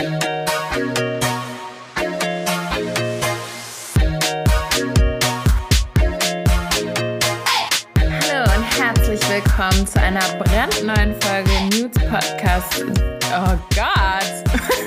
Willkommen zu einer brandneuen Folge Nudes Podcast. Oh Gott!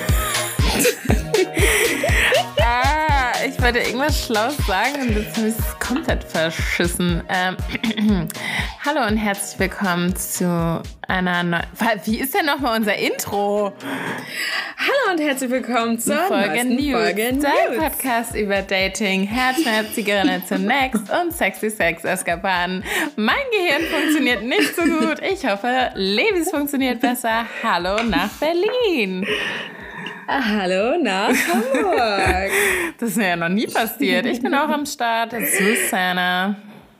Ich wollte irgendwas Schlaues sagen und jetzt habe ich es komplett verschissen. Hallo und herzlich willkommen zu einer neuen... Wie ist denn nochmal unser Intro? Hallo und herzlich willkommen zur Folge Nudes, Nudes. Dein Podcast über Dating, Herzschmerz, Zigarette Next und sexy Sex-Eskapaden. Mein Gehirn funktioniert nicht so gut. Ich hoffe, Levis funktioniert besser. Hallo nach Berlin. Hallo nach Hamburg. Das ist mir ja noch nie passiert. Ich bin auch am Start. Susanna.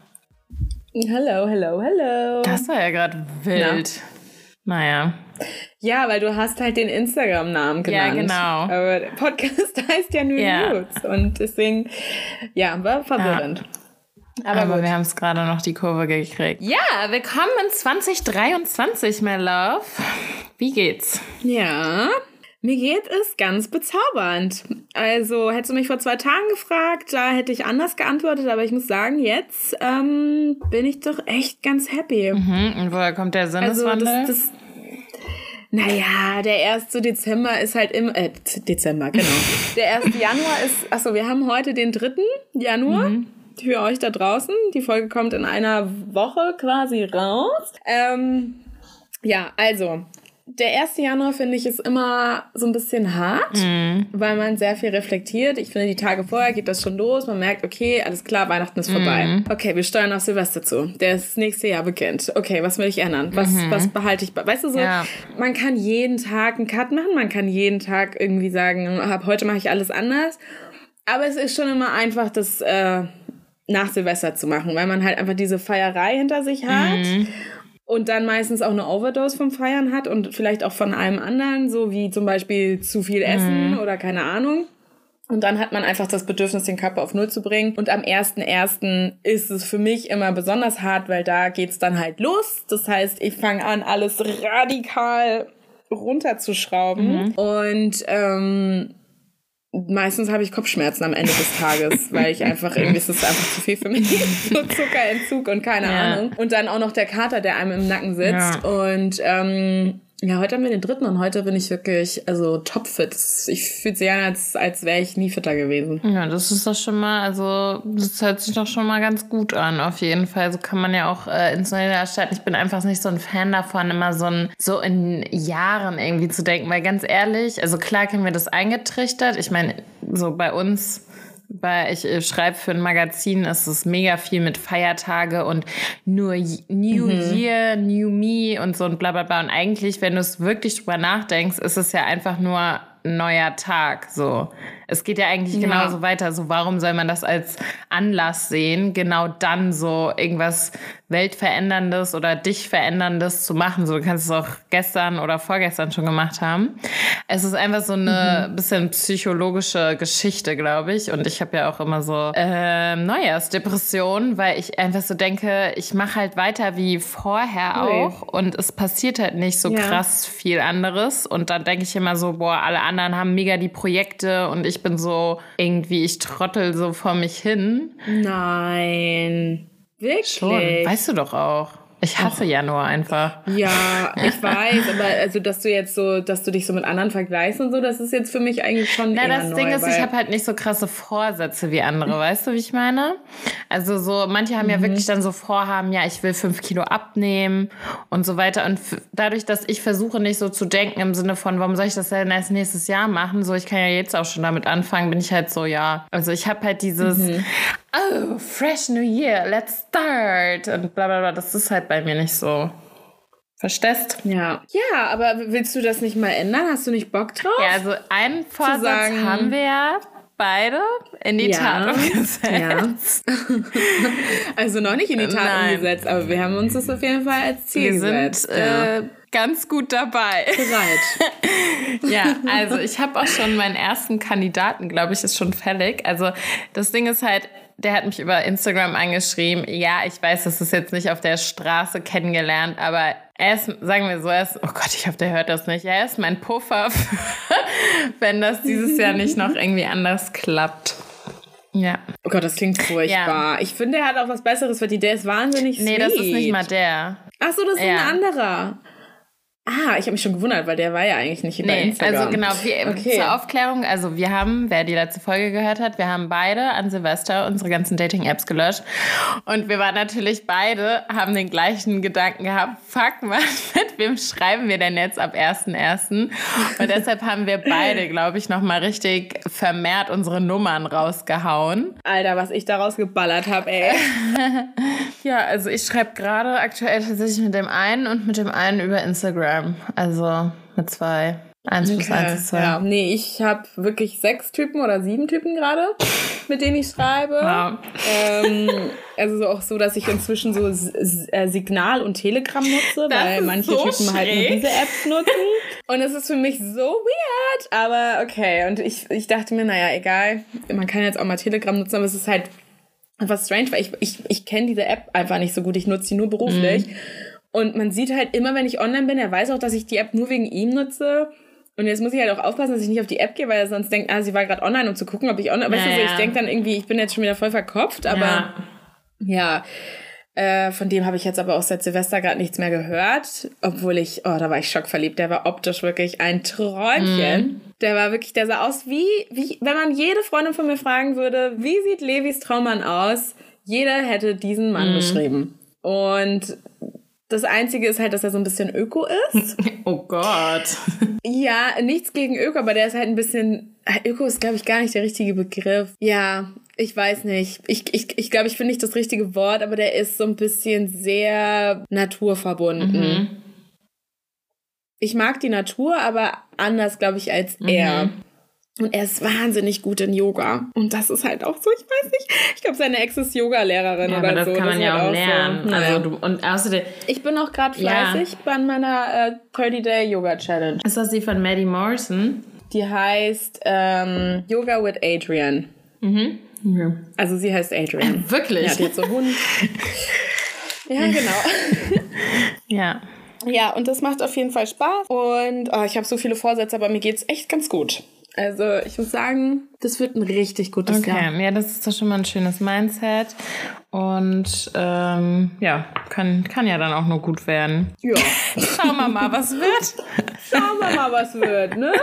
Hallo. Das war ja gerade wild. Naja. Ja, weil du hast halt den Instagram-Namen genannt. Ja, genau. Aber der Podcast heißt ja nur Nudes. Und deswegen, ja, war verwirrend. Aber wir haben es gerade noch die Kurve gekriegt. Ja, willkommen in 2023, my love. Wie geht's? Ja, mir geht es ganz bezaubernd. Also, hättest du mich vor 2 Tagen gefragt, da hätte ich anders geantwortet. Aber ich muss sagen, jetzt bin ich doch echt ganz happy. Und woher kommt der Sinneswandel? Also, naja, der 1. Dezember ist halt im... Dezember, genau. Der 1. Januar ist... Achso, wir haben heute den 3. Januar. Für euch da draußen. Die Folge kommt in einer Woche quasi raus. Ja, also... Der 1. Januar, finde ich, ist immer so ein bisschen hart, weil man sehr viel reflektiert. Ich finde, die Tage vorher geht das schon los. Man merkt, okay, alles klar, Weihnachten ist vorbei. Okay, wir steuern auf Silvester zu. Das nächste Jahr beginnt. Okay, was will ich ändern? Was behalte ich bei? Weißt du so, man kann jeden Tag einen Cut machen. Man kann jeden Tag irgendwie sagen, ab heute mache ich alles anders. Aber es ist schon immer einfach, das nach Silvester zu machen, weil man halt einfach diese Feierei hinter sich hat. Und dann meistens auch eine Overdose vom Feiern hat und vielleicht auch von allem anderen, so wie zum Beispiel zu viel Essen oder keine Ahnung. Und dann hat man einfach das Bedürfnis, den Körper auf Null zu bringen. Und am 1.1. ist es für mich immer besonders hart, weil da geht's dann halt los. Das heißt, ich fange an, alles radikal runterzuschrauben. Und meistens habe ich Kopfschmerzen am Ende des Tages, weil ich einfach irgendwie, es ist einfach zu viel für mich. So Zuckerentzug und keine Ahnung. Und dann auch noch der Kater, der einem im Nacken sitzt. Und ja, heute haben wir den 3. und heute bin ich wirklich, also topfit. Ich fühle sich an, als wäre ich nie fitter gewesen. Ja, das ist doch schon mal, also das hört sich doch schon mal ganz gut an, auf jeden Fall. So kann man ja auch ins neue Jahr starten. Ich bin einfach nicht so ein Fan davon, immer so in Jahren irgendwie zu denken, weil ganz ehrlich, also klar kriegen wir das eingetrichtert. Ich meine, so bei uns... Ich schreibe für ein Magazin, es ist mega viel mit Feiertage und nur New Year, New Me und so und bla bla bla. Und eigentlich, wenn du es wirklich drüber nachdenkst, ist es ja einfach nur ein neuer Tag. So. Es geht ja eigentlich genauso weiter. So, warum soll man das als Anlass sehen, genau dann so irgendwas Weltveränderndes oder dich Veränderndes zu machen? So, du kannst es auch gestern oder vorgestern schon gemacht haben. Es ist einfach so eine bisschen psychologische Geschichte, glaube ich. Und ich habe ja auch immer so Neujahrsdepressionen, weil ich einfach so denke, ich mache halt weiter wie vorher auch. Und es passiert halt nicht so krass viel anderes. Und dann denke ich immer so, boah, alle anderen haben mega die Projekte und ich bin so irgendwie, ich trottel so vor mich hin. Nein. Wirklich? Schon, weißt du doch auch. Ich hasse Januar einfach. Ja, ich weiß, aber also, dass du dich so mit anderen vergleichst und so, das ist jetzt für mich eigentlich schon eher das neu. Ding ist, ich habe halt nicht so krasse Vorsätze wie andere, weißt du, wie ich meine? Also so, manche haben ja wirklich dann so Vorhaben, ja, ich will 5 Kilo abnehmen und so weiter. Und dadurch, dass ich versuche, nicht so zu denken im Sinne von, warum soll ich das denn erst nächstes Jahr machen? So, ich kann ja jetzt auch schon damit anfangen, bin ich halt so, ja. Also ich habe halt dieses, oh, fresh new year, let's start und bla bla bla. Das ist halt bei mir nicht so. Verstehst? Ja. Ja, aber willst du das nicht mal ändern? Hast du nicht Bock drauf? Ja, also einen Vorsatz haben wir ja beide in die Tat umgesetzt. Ja. Also noch nicht in die Tat umgesetzt, aber wir haben uns das auf jeden Fall als Ziel gesetzt. Wir sind ganz gut dabei. Bereit. Ja, also ich habe auch schon meinen ersten Kandidaten, glaube ich, ist schon fällig. Also das Ding ist halt, der hat mich über Instagram angeschrieben. Ja, ich weiß, das ist jetzt nicht auf der Straße kennengelernt, aber er ist, sagen wir so, oh Gott, ich hoffe, der hört das nicht. Er ist mein Puffer wenn das dieses Jahr nicht noch irgendwie anders klappt. Ja. Oh Gott, das klingt furchtbar. Ja. Ich finde, er hat auch was Besseres verdient. Der ist wahnsinnig sweet. Nee, das ist nicht mal der. Ach so, das ist ein anderer. Ah, ich habe mich schon gewundert, weil der war ja eigentlich nicht über Instagram. Also genau, zur Aufklärung, also wir haben, wer die letzte Folge gehört hat, wir haben beide an Silvester unsere ganzen Dating-Apps gelöscht und wir waren natürlich beide, haben den gleichen Gedanken gehabt, fuck man, mit wem schreiben wir denn jetzt ab 1.1. Und deshalb haben wir beide, glaube ich, nochmal richtig vermehrt unsere Nummern rausgehauen. Alter, was ich daraus geballert habe, ey. Ja, also ich schreibe gerade aktuell tatsächlich mit dem einen und mit dem einen über Instagram. Also mit 2. 1 plus 1 ist 2. Ja, nee, ich habe wirklich 6 Typen oder 7 Typen gerade, mit denen ich schreibe. Wow. Also auch so, dass ich inzwischen so Signal und Telegram nutze, weil manche Typen halt nur diese Apps nutzen. Und es ist für mich so weird, aber okay. Und ich dachte mir, naja, egal, man kann jetzt auch mal Telegram nutzen, aber es ist halt einfach strange, weil ich kenne diese App einfach nicht so gut. Ich nutze sie nur beruflich. Und man sieht halt immer, wenn ich online bin, er weiß auch, dass ich die App nur wegen ihm nutze. Und jetzt muss ich halt auch aufpassen, dass ich nicht auf die App gehe, weil er sonst denkt, sie war gerade online, um zu gucken, ob ich online... Weißt du, so, ich denke dann irgendwie, ich bin jetzt schon wieder voll verkopft, aber von dem habe ich jetzt aber auch seit Silvester gerade nichts mehr gehört. Obwohl da war ich schockverliebt. Der war optisch wirklich ein Träumchen. Der sah aus wie, wenn man jede Freundin von mir fragen würde, wie sieht Levis Traummann aus? Jeder hätte diesen Mann beschrieben. Und das Einzige ist halt, dass er so ein bisschen öko ist. Oh Gott. Ja, nichts gegen Öko, aber der ist halt ein bisschen... Öko ist, glaube ich, gar nicht der richtige Begriff. Ja, ich weiß nicht. Ich glaube, ich finde nicht das richtige Wort, aber der ist so ein bisschen sehr naturverbunden. Ich mag die Natur, aber anders, glaube ich, als er. Und er ist wahnsinnig gut in Yoga. Und das ist halt auch so, ich weiß nicht. Ich glaube, seine Ex ist Yoga-Lehrerin oder aber das so. Kann man ja auch lernen. So. Also und außerdem... Ich bin auch gerade fleißig bei meiner 30-Day-Yoga-Challenge. Ist das die von Maddie Morrison? Die heißt Yoga with Adrian. Ja. Also sie heißt Adrian. Wirklich? Ja, die hat so einen Hund. Ja, genau. Ja. Ja, und das macht auf jeden Fall Spaß. Und ich habe so viele Vorsätze, aber mir geht's echt ganz gut. Also ich muss sagen, das wird ein richtig gutes Jahr. Okay, ja, das ist doch schon mal ein schönes Mindset. Und kann ja dann auch nur gut werden. Ja. Schauen wir mal, was wird. Schauen wir mal, was wird, ne?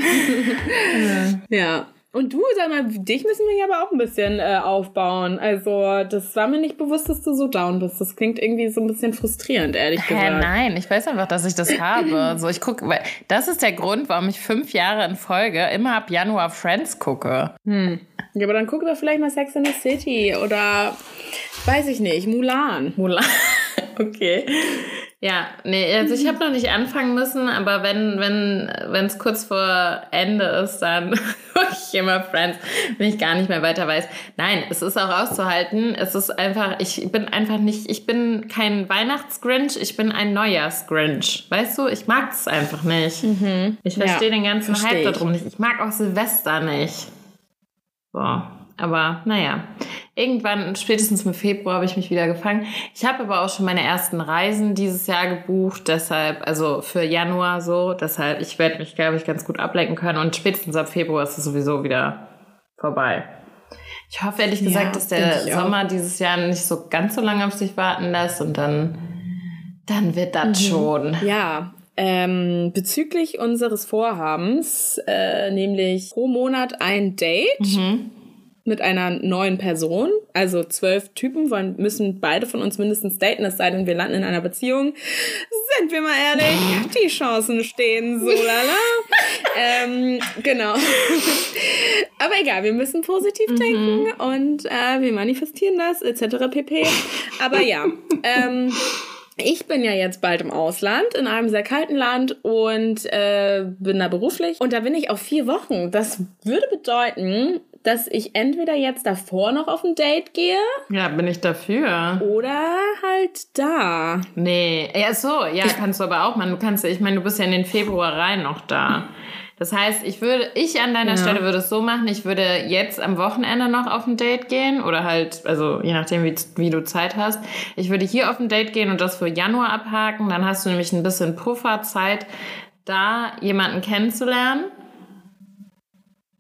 Ja. Und du, sag mal, dich müssen wir ja aber auch ein bisschen aufbauen. Also, das war mir nicht bewusst, dass du so down bist. Das klingt irgendwie so ein bisschen frustrierend, ehrlich gesagt. Nein, ich weiß einfach, dass ich das habe. So, ich gucke, weil das ist der Grund, warum ich 5 Jahre in Folge immer ab Januar Friends gucke. Ja, aber dann guck doch vielleicht mal Sex in the City oder, weiß ich nicht, Mulan. Okay. Ja, nee, also ich habe noch nicht anfangen müssen, aber wenn es kurz vor Ende ist, dann gucke ich immer Friends, wenn ich gar nicht mehr weiter weiß. Nein, es ist auch auszuhalten. Es ist einfach, ich bin kein Weihnachtsgrinch, ich bin ein Neujahrsgrinch. Weißt du, ich mag es einfach nicht. Ich verstehe den ganzen Hype darum nicht. Ich mag auch Silvester nicht. So. Aber naja, irgendwann, spätestens im Februar, habe ich mich wieder gefangen. Ich habe aber auch schon meine ersten Reisen dieses Jahr gebucht, deshalb, also für Januar so, deshalb, ich werde mich, glaube ich, ganz gut ablenken können und spätestens ab Februar ist es sowieso wieder vorbei. Ich hoffe ehrlich gesagt, dass der Sommer dieses Jahr nicht so ganz so lange auf sich warten lässt und dann wird das schon. Ja, bezüglich unseres Vorhabens, nämlich pro Monat ein Date mit einer neuen Person, also 12 Typen müssen beide von uns mindestens daten, es sei denn, wir landen in einer Beziehung. Sind wir mal ehrlich, die Chancen stehen so lala. Genau. Aber egal, wir müssen positiv denken und wir manifestieren das, etc. pp. Aber ja, ich bin ja jetzt bald im Ausland, in einem sehr kalten Land und bin da beruflich. Und da bin ich auf 4 Wochen. Das würde bedeuten, dass ich entweder jetzt davor noch auf ein Date gehe. Ja, bin ich dafür. Oder halt da. Nee, ja so, ja, kannst du aber auch, man. Du bist ja in den Februar rein noch da. Das heißt, ich an deiner Stelle würde es so machen, ich würde jetzt am Wochenende noch auf ein Date gehen oder halt, also je nachdem, wie du Zeit hast. Ich würde hier auf ein Date gehen und das für Januar abhaken. Dann hast du nämlich ein bisschen Pufferzeit, da jemanden kennenzulernen.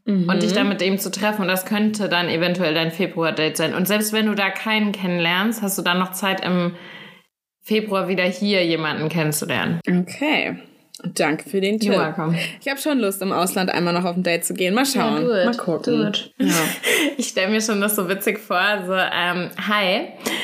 und dich dann mit dem zu treffen. Und das könnte dann eventuell dein Februar-Date sein. Und selbst wenn du da keinen kennenlernst, hast du dann noch Zeit, im Februar wieder hier jemanden kennenzulernen. Okay. Danke für den Tipp. Ich habe schon Lust, im Ausland einmal noch auf ein Date zu gehen. Mal schauen. Ja, mal gucken. Ja. Ich stelle mir schon das so witzig vor. So, hi.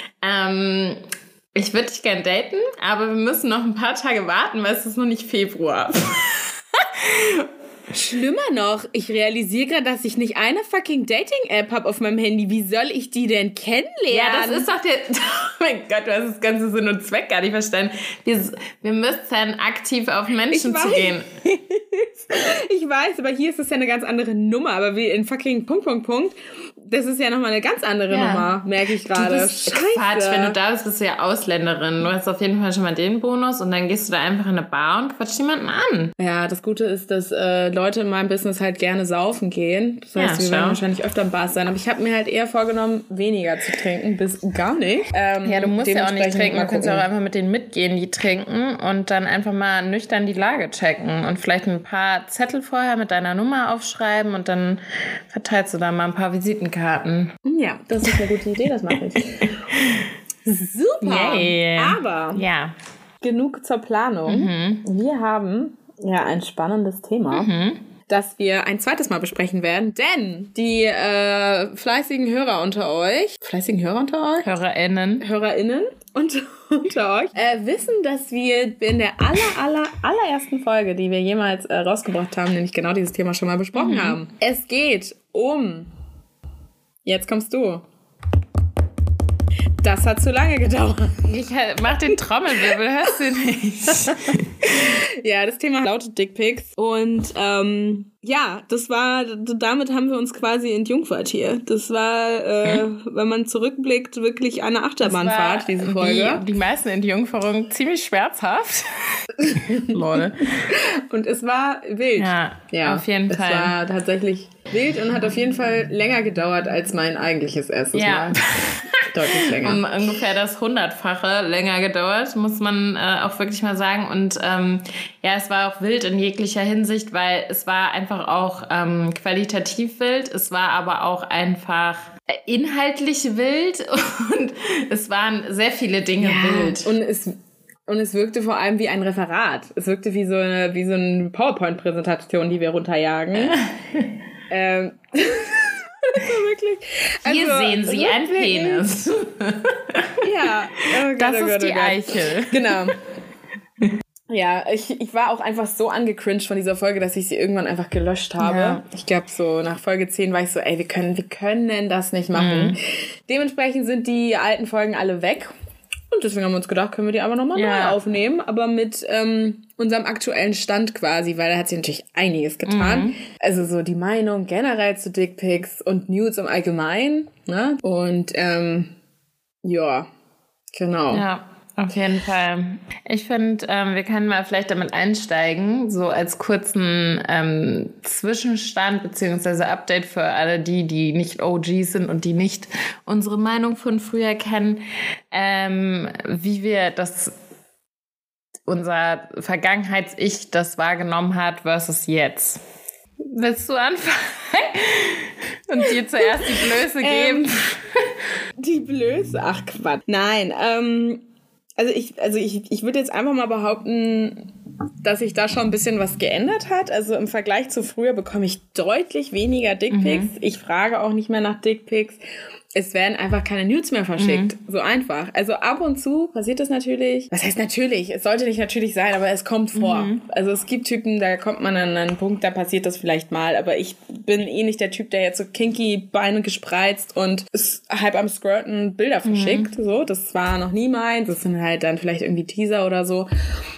Ich würde dich gern daten, aber wir müssen noch ein paar Tage warten, weil es ist noch nicht Februar. Schlimmer noch, ich realisiere gerade, dass ich nicht eine fucking Dating-App habe auf meinem Handy. Wie soll ich die denn kennenlernen? Ja, das ist doch der... Oh mein Gott, du hast das ganze Sinn und Zweck gar nicht verstanden. Wir müssen aktiv auf Menschen zu gehen. Ich weiß, aber hier ist es ja eine ganz andere Nummer. Aber wie in fucking ... Das ist ja nochmal eine ganz andere Nummer, merke ich gerade. Quatsch, wenn du da bist, bist du ja Ausländerin. Du hast auf jeden Fall schon mal den Bonus und dann gehst du da einfach in eine Bar und quatschst jemanden an. Ja, das Gute ist, dass Leute in meinem Business halt gerne saufen gehen. Das heißt, wir werden wahrscheinlich öfter in Bars sein. Aber ich habe mir halt eher vorgenommen, weniger zu trinken, bis gar nicht. Ja, du musst ja auch nicht trinken. Du kannst ja auch einfach mit denen mitgehen, die trinken und dann einfach mal nüchtern die Lage checken und vielleicht ein paar Zettel vorher mit deiner Nummer aufschreiben und dann verteilst du da mal ein paar Visitenkarten. Ja, das ist eine gute Idee, das mache ich. Super! Yeah. Aber genug zur Planung. Wir haben ja ein spannendes Thema, das wir ein zweites Mal besprechen werden, denn die fleißigen Hörer unter euch, HörerInnen unter euch, wissen, dass wir in der allerersten Folge, die wir jemals rausgebracht haben, nämlich genau dieses Thema schon mal besprochen haben. Es geht um... Jetzt kommst du. Das hat zu lange gedauert. Ich mach den Trommelwirbel, hörst du nicht? Ja, das Thema lautet Dickpics. Und damit haben wir uns quasi entjungfert hier. Das war, wenn man zurückblickt, wirklich eine Achterbahnfahrt, diese Folge. Die meisten Entjungferungen ziemlich schmerzhaft. Leute. Und es war wild. Ja, auf jeden Fall. Es war tatsächlich wild und hat auf jeden Fall länger gedauert als mein eigentliches erstes Mal. Deutlich länger. Ungefähr das 100-fache länger gedauert, muss man auch wirklich mal sagen. Und es war auch wild in jeglicher Hinsicht, weil es war einfach auch qualitativ wild. Es war aber auch einfach inhaltlich wild und es waren sehr viele Dinge wild. Und es wirkte vor allem wie ein Referat. Es wirkte wie so eine PowerPoint-Präsentation, die wir runterjagen. Wirklich. Hier sehen Sie einen Penis. Ja. Das ist die Eichel. Genau. Ja, ich war auch einfach so angecringed von dieser Folge, dass ich sie irgendwann einfach gelöscht habe. Ja. Ich glaube, so nach Folge 10 war ich so, wir können das nicht machen. Dementsprechend sind die alten Folgen alle weg. Und deswegen haben wir uns gedacht, können wir die aber nochmal neu aufnehmen. Aber mit unserem aktuellen Stand quasi, weil da hat sich natürlich einiges getan. Also so die Meinung generell zu Dickpics und Nudes im Allgemeinen. Ne? Und genau. Ja. Auf jeden Fall. Ich finde, wir können mal vielleicht damit einsteigen, so als kurzen Zwischenstand beziehungsweise Update für alle die nicht OGs sind und die nicht unsere Meinung von früher kennen, wie wir unser Vergangenheits-Ich das wahrgenommen hat versus jetzt. Willst du anfangen? Und dir zuerst die Blöße geben? Die Blöße? Ach Quatsch. Nein, Also ich würde jetzt einfach mal behaupten, dass sich da schon ein bisschen was geändert hat. Also im Vergleich zu früher bekomme ich deutlich weniger Dickpics. Ich frage auch nicht mehr nach Dickpics. Es werden einfach keine Nudes mehr verschickt. So einfach. Also ab und zu passiert das natürlich. Was heißt natürlich? Es sollte nicht natürlich sein, aber es kommt vor. Also es gibt Typen, da kommt man an einen Punkt, da passiert das vielleicht mal. Aber ich bin nicht der Typ, der jetzt so kinky Beine gespreizt und halb am Squirten Bilder verschickt. So, das war noch nie meins. Das sind halt dann vielleicht irgendwie Teaser oder so.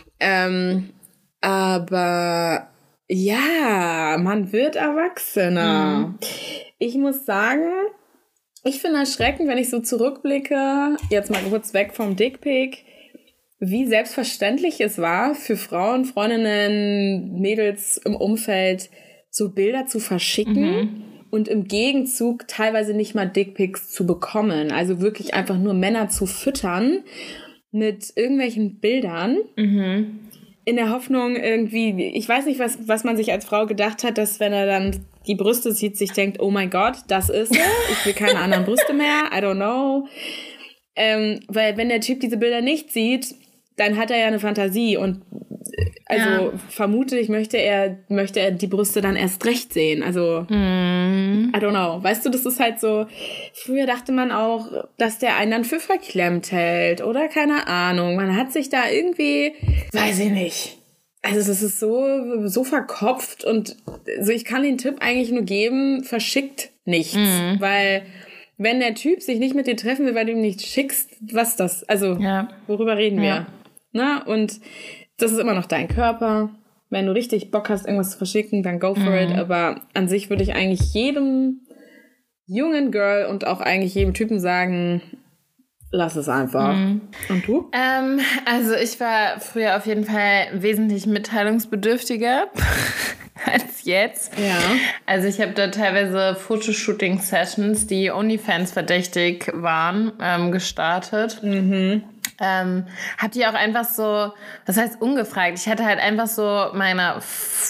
Aber ja, man wird erwachsener. Ich muss sagen, ich finde erschreckend, wenn ich so zurückblicke, jetzt mal kurz weg vom Dickpic, wie selbstverständlich es war für Frauen, Freundinnen, Mädels im Umfeld, so Bilder zu verschicken und im Gegenzug teilweise nicht mal Dickpics zu bekommen. Also wirklich einfach nur Männer zu füttern mit irgendwelchen Bildern. In der Hoffnung irgendwie, ich weiß nicht, was man sich als Frau gedacht hat, dass wenn er dann die Brüste sieht, sich denkt, oh mein Gott, das ist sie. Ich will keine anderen Brüste mehr. I don't know. Weil wenn der Typ diese Bilder nicht sieht, dann hat er ja eine Fantasie und vermute ich, möchte er die Brüste dann erst recht sehen. Also, I don't know. Weißt du, das ist halt so, früher dachte man auch, dass der einen dann für verklemmt hält oder keine Ahnung. Man hat sich da irgendwie, weiß ich nicht. Also das ist so verkopft und so, ich kann den Tipp eigentlich nur geben, verschickt nichts. Weil wenn der Typ sich nicht mit dir treffen will, weil du ihm nichts schickst, was das? Also, worüber reden wir? Na, und das ist immer noch dein Körper. Wenn du richtig Bock hast, irgendwas zu verschicken, dann go for it. Aber an sich würde ich eigentlich jedem jungen Girl und auch eigentlich jedem Typen sagen, lass es einfach. Und du? Also ich war früher auf jeden Fall wesentlich mitteilungsbedürftiger als jetzt. Ja. Also ich habe da teilweise Fotoshooting-Sessions, die OnlyFans verdächtig waren, gestartet. Hab die auch einfach so, was heißt ungefragt? Ich hatte halt einfach so meine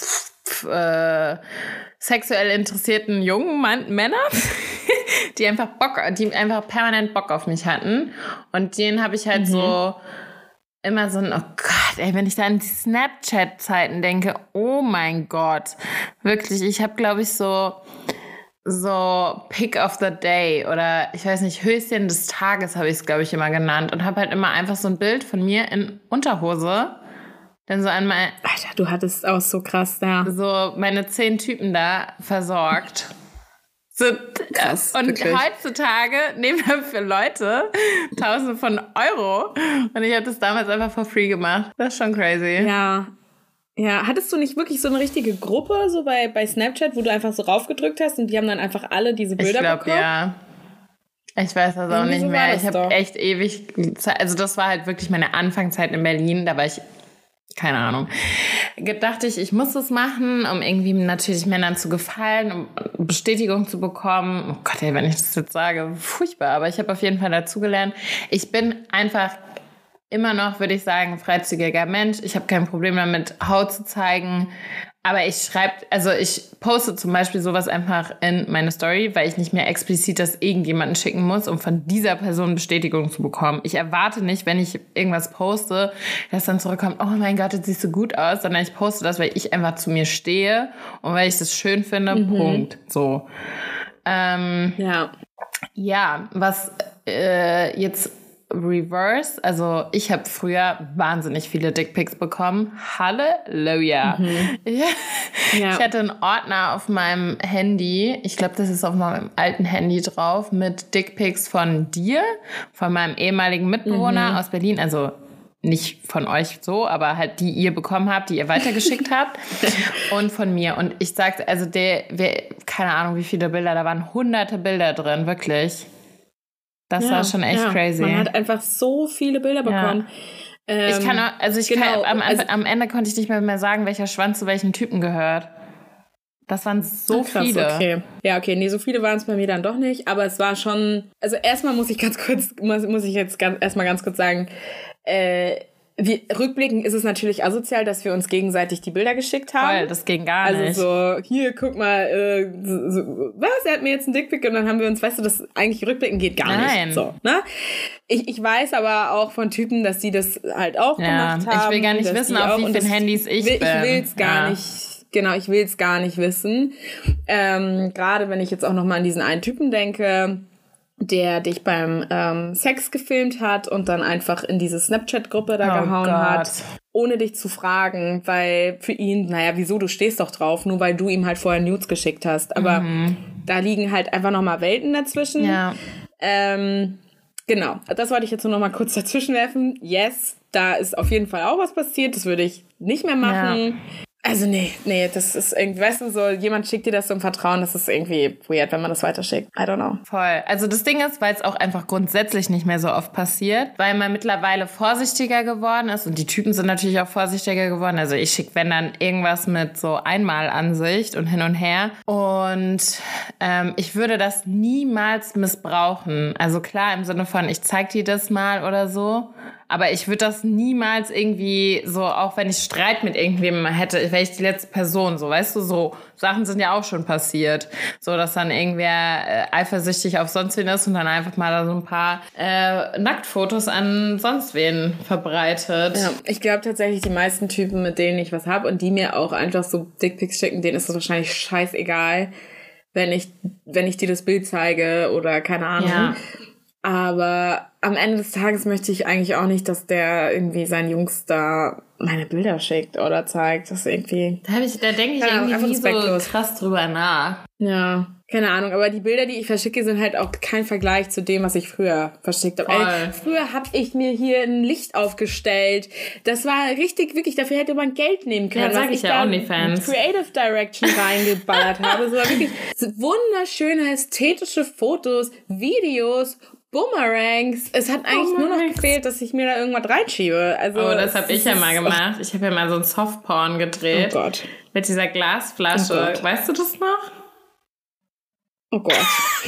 sexuell interessierten jungen Männer, die einfach permanent Bock auf mich hatten. Und denen habe ich halt so immer so ein, oh Gott, ey, wenn ich da an die Snapchat-Zeiten denke, oh mein Gott. Wirklich, ich habe, glaube ich, so Pick of the Day oder ich weiß nicht, Höschen des Tages habe ich es, glaube ich, immer genannt und habe halt immer einfach so ein Bild von mir in Unterhose, dann so einmal... Alter, du hattest auch so krass, ja. So meine 10 Typen da versorgt. So, krass, und wirklich. Heutzutage nehmen wir für Leute Tausende von Euro und ich habe das damals einfach for free gemacht. Das ist schon crazy. Ja, hattest du nicht wirklich so eine richtige Gruppe so bei Snapchat, wo du einfach so raufgedrückt hast und die haben dann einfach alle diese Bilder bekommen? Ich glaube, ja. Ich weiß das auch nicht mehr. Ich habe echt ewig Zeit, also das war halt wirklich meine Anfangszeit in Berlin, da war ich, keine Ahnung, dachte ich muss das machen, um irgendwie natürlich Männern zu gefallen, um Bestätigung zu bekommen. Oh Gott, ey, wenn ich das jetzt sage, furchtbar, aber ich habe auf jeden Fall dazugelernt. Ich bin einfach immer noch, würde ich sagen, freizügiger Mensch. Ich habe kein Problem damit, Haut zu zeigen. Aber ich poste zum Beispiel sowas einfach in meine Story, weil ich nicht mehr explizit das irgendjemanden schicken muss, um von dieser Person Bestätigung zu bekommen. Ich erwarte nicht, wenn ich irgendwas poste, dass dann zurückkommt, oh mein Gott, jetzt siehst du gut aus, sondern ich poste das, weil ich einfach zu mir stehe und weil ich das schön finde, Punkt. So. Ja, was jetzt Reverse, also ich habe früher wahnsinnig viele Dickpics bekommen. Halleluja. Ich hatte einen Ordner auf meinem Handy, ich glaube, das ist auf meinem alten Handy drauf, mit Dickpics von dir, von meinem ehemaligen Mitbewohner aus Berlin, also nicht von euch so, aber halt die ihr bekommen habt, die ihr weitergeschickt habt und von mir. Und ich sagte, also keine Ahnung, wie viele Bilder, da waren hunderte Bilder drin, wirklich. Das war schon echt crazy. Man hat einfach so viele Bilder bekommen. Am Ende konnte ich nicht mehr sagen, welcher Schwanz zu welchem Typen gehört. Das waren so viele. Okay. Ja, okay, nee, so viele waren es bei mir dann doch nicht, aber es war schon, also erstmal muss ich ganz kurz sagen, rückblickend ist es natürlich asozial, dass wir uns gegenseitig die Bilder geschickt haben. Voll, das ging gar nicht. Also so, hier, guck mal, was, er hat mir jetzt einen Dickpic und dann haben wir uns, weißt du, das eigentlich rückblickend geht gar nicht. So, ne? Ich weiß aber auch von Typen, dass die das halt auch gemacht haben. Ich will gar nicht wissen, auf wie vielen Handys ich bin. Ich will es gar nicht. Genau, ich will es gar nicht wissen. Gerade wenn ich jetzt auch noch mal an diesen einen Typen denke, der dich beim Sex gefilmt hat und dann einfach in diese Snapchat-Gruppe da gehauen hat, ohne dich zu fragen, weil für ihn, naja, wieso, du stehst doch drauf, nur weil du ihm halt vorher Nudes geschickt hast. Aber da liegen halt einfach nochmal Welten dazwischen. Ja. Genau, das wollte ich jetzt nur noch mal kurz dazwischen werfen. Yes, da ist auf jeden Fall auch was passiert, das würde ich nicht mehr machen. Ja. Also nee, das ist irgendwie, weißt du, so jemand schickt dir das so im Vertrauen, das ist irgendwie weird, wenn man das weiterschickt. I don't know. Voll. Also das Ding ist, weil es auch einfach grundsätzlich nicht mehr so oft passiert, weil man mittlerweile vorsichtiger geworden ist und die Typen sind natürlich auch vorsichtiger geworden. Also ich schicke, wenn dann, irgendwas mit so Einmalansicht und hin und her. Und ich würde das niemals missbrauchen. Also klar, im Sinne von, ich zeig dir das mal oder so. Aber ich würde das niemals irgendwie so, auch wenn ich Streit mit irgendjemandem hätte, wäre ich die letzte Person, so, weißt du, so Sachen sind ja auch schon passiert. So, dass dann irgendwer eifersüchtig auf sonst wen ist und dann einfach mal da so ein paar Nacktfotos an sonst wen verbreitet. Ja, ich glaube tatsächlich, die meisten Typen, mit denen ich was habe und die mir auch einfach so Dickpics schicken, denen ist das wahrscheinlich scheißegal, wenn ich dir das Bild zeige oder keine Ahnung. Ja. Aber am Ende des Tages möchte ich eigentlich auch nicht, dass der irgendwie seinen Jungs da meine Bilder schickt oder zeigt. Das irgendwie... Da denke ich irgendwie nie so krass drüber nach. Ja, keine Ahnung. Aber die Bilder, die ich verschicke, sind halt auch kein Vergleich zu dem, was ich früher verschickt habe. Früher habe ich mir hier ein Licht aufgestellt. Das war richtig, wirklich, dafür hätte man Geld nehmen können. Ja, sag ich ja, OnlyFans. Creative Direction reingeballert habe. Es war wirklich wunderschöne, ästhetische Fotos, Videos, Boomerangs. Es hat eigentlich nur noch gefehlt, dass ich mir da irgendwas reinschiebe. Also, das habe ich ja mal gemacht. Ich habe ja mal so ein Softporn gedreht. Oh Gott. Mit dieser Glasflasche. Oh, weißt du das noch? Oh Gott.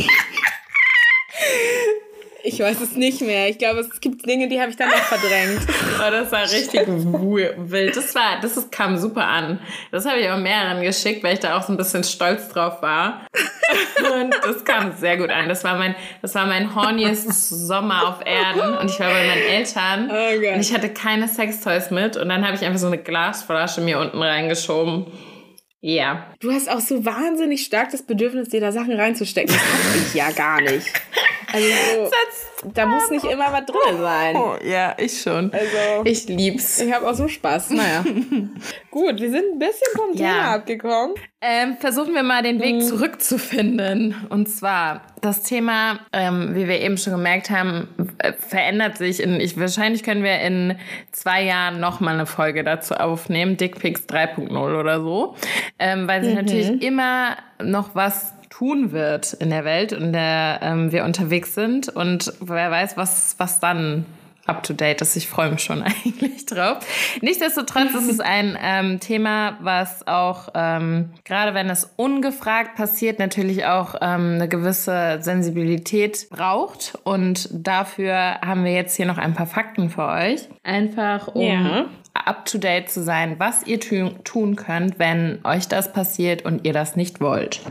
Ich weiß es nicht mehr. Ich glaube, es gibt Dinge, die habe ich dann noch verdrängt. Oh, das war richtig wild. Das kam super an. Das habe ich auch mehreren geschickt, weil ich da auch so ein bisschen stolz drauf war. Und das kam sehr gut an. Das war mein horniest Sommer auf Erden. Und ich war bei meinen Eltern. Oh, und ich hatte keine Sextoys mit. Und dann habe ich einfach so eine Glasflasche mir unten reingeschoben. Ja. Yeah. Du hast auch so wahnsinnig stark das Bedürfnis, dir da Sachen reinzustecken. Das habe ich ja gar nicht. Also da muss nicht immer was drin sein. Oh, ja, ich schon. Also, ich lieb's. Ich habe auch so Spaß. Naja. Gut, wir sind ein bisschen vom Thema abgekommen. Versuchen wir mal den Weg zurückzufinden. Und zwar, das Thema, wie wir eben schon gemerkt haben, verändert sich. Wahrscheinlich können wir in 2 Jahren nochmal eine Folge dazu aufnehmen. Dickpics 3.0 oder so. Weil sich natürlich immer noch was tun wird in der Welt, in der wir unterwegs sind. Und wer weiß, was dann up-to-date ist. Ich freue mich schon eigentlich drauf. Nichtsdestotrotz ist es ein Thema, was auch, gerade wenn es ungefragt passiert, natürlich auch eine gewisse Sensibilität braucht. Und dafür haben wir jetzt hier noch ein paar Fakten für euch. Einfach um up-to-date zu sein, was ihr tun könnt, wenn euch das passiert und ihr das nicht wollt.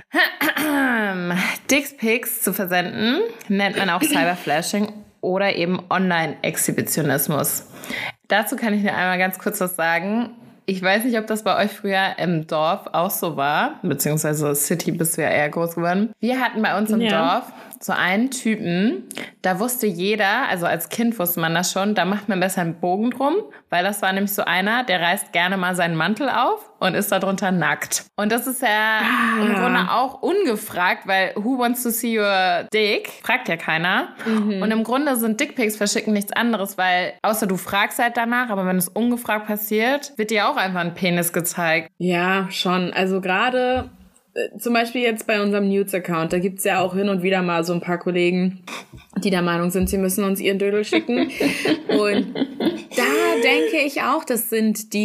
Dickpics zu versenden nennt man auch Cyberflashing oder eben Online-Exhibitionismus. Dazu kann ich nur einmal ganz kurz was sagen. Ich weiß nicht, ob das bei euch früher im Dorf auch so war, beziehungsweise City bist du ja eher groß geworden. Wir hatten bei uns im Dorf so einen Typen, da wusste jeder, also als Kind wusste man das schon, da macht man besser einen Bogen drum, weil das war nämlich so einer, der reißt gerne mal seinen Mantel auf und ist darunter nackt. Und das ist ja im Grunde auch ungefragt, weil who wants to see your dick? Fragt ja keiner. Und im Grunde sind Dickpics verschicken nichts anderes, weil außer du fragst halt danach, aber wenn es ungefragt passiert, wird dir auch einfach ein Penis gezeigt. Ja, schon. Also gerade zum Beispiel jetzt bei unserem Nudes-Account, da gibt's ja auch hin und wieder mal so ein paar Kollegen, die der Meinung sind, sie müssen uns ihren Dödel schicken. Und da denke ich auch, das ist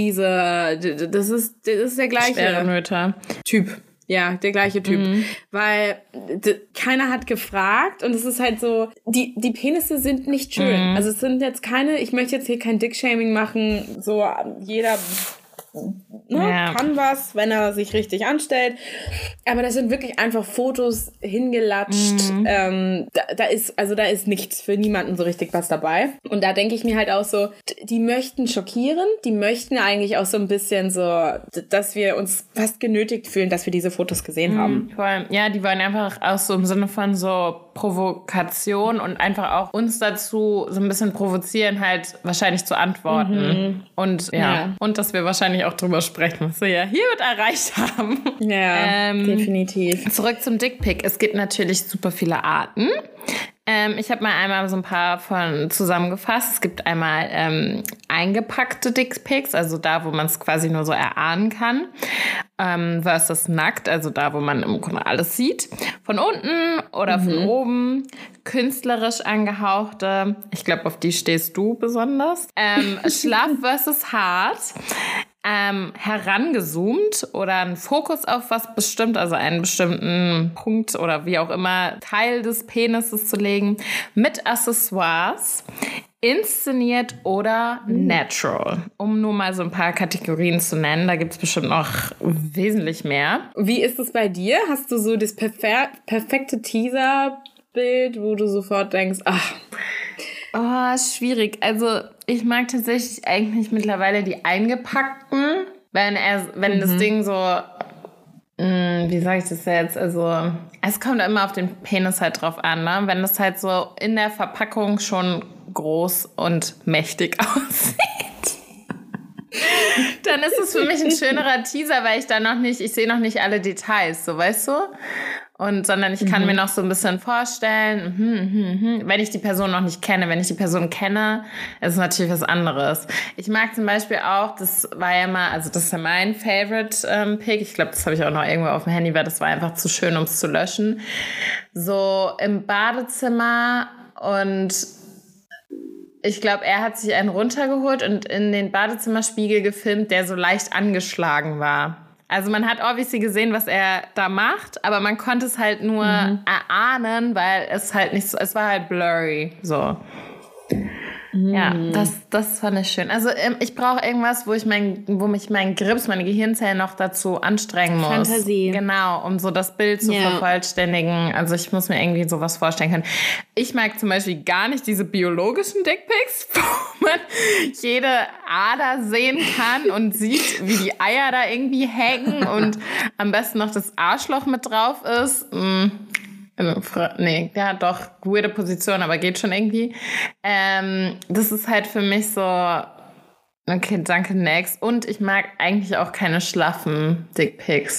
der gleiche Typ. Ja, der gleiche Typ. Weil keiner hat gefragt und es ist halt so, die Penisse sind nicht schön. Also es sind jetzt keine, ich möchte jetzt hier kein Dick-Shaming machen, so jeder kann was, wenn er sich richtig anstellt. Aber das sind wirklich einfach Fotos hingelatscht. Da ist nichts für niemanden so richtig was dabei. Und da denke ich mir halt auch so, die möchten schockieren, die möchten eigentlich auch so ein bisschen so, dass wir uns fast genötigt fühlen, dass wir diese Fotos gesehen haben. Voll. Ja, die wollen einfach auch so im Sinne von so Provokation und einfach auch uns dazu so ein bisschen provozieren, halt wahrscheinlich zu antworten. Und und dass wir wahrscheinlich auch drüber sprechen, was wir ja hiermit erreicht haben. Ja, definitiv. Zurück zum Dickpic. Es gibt natürlich super viele Arten. Ich habe mal einmal so ein paar von zusammengefasst. Es gibt einmal eingepackte Dickpics, also da, wo man es quasi nur so erahnen kann, versus nackt, also da, wo man im Grunde alles sieht. Von unten oder von oben. Künstlerisch angehauchte, ich glaube, auf die stehst du besonders. Schlaff versus hart. Herangezoomt oder einen Fokus auf was bestimmt, also einen bestimmten Punkt oder wie auch immer Teil des Penises zu legen, mit Accessoires, inszeniert oder natural? Um nur mal so ein paar Kategorien zu nennen. Da gibt es bestimmt noch wesentlich mehr. Wie ist es bei dir? Hast du so das perfekte Teaser-Bild, wo du sofort denkst, ach... Oh, schwierig. Also ich mag tatsächlich eigentlich mittlerweile die eingepackten. Wenn das Ding so, wie sage ich das jetzt? Also es kommt immer auf den Penis halt drauf an, ne? Wenn das halt so in der Verpackung schon groß und mächtig aussieht, dann ist es für mich ein schönerer Teaser, weil ich sehe noch nicht alle Details, so, weißt du? Sondern ich kann mir noch so ein bisschen vorstellen, wenn ich die Person noch nicht kenne. Wenn ich die Person kenne, ist es natürlich was anderes. Ich mag zum Beispiel auch, das war ja mal, also das ist ja mein Favorite Pick. Ich glaube, das habe ich auch noch irgendwo auf dem Handy, weil das war einfach zu schön, um es zu löschen. So im Badezimmer und ich glaube, er hat sich einen runtergeholt und in den Badezimmerspiegel gefilmt, der so leicht angeschlagen war. Also man hat obviously gesehen, was er da macht, aber man konnte es halt nur erahnen, weil es halt nicht so, es war halt blurry, so. Ja, das fand ich schön. Also ich brauche irgendwas, wo mich mein Grips, meine Gehirnzellen noch dazu anstrengen muss. Fantasie. Genau, um so das Bild zu vervollständigen. Also ich muss mir irgendwie sowas vorstellen können. Ich mag zum Beispiel gar nicht diese biologischen Dickpics, wo man jede Ader sehen kann und sieht, wie die Eier da irgendwie hängen und am besten noch das Arschloch mit drauf ist. Nee, ja doch, weirde Position, aber geht schon irgendwie. Das ist halt für mich so, okay, danke, next. Und ich mag eigentlich auch keine schlaffen Dickpics.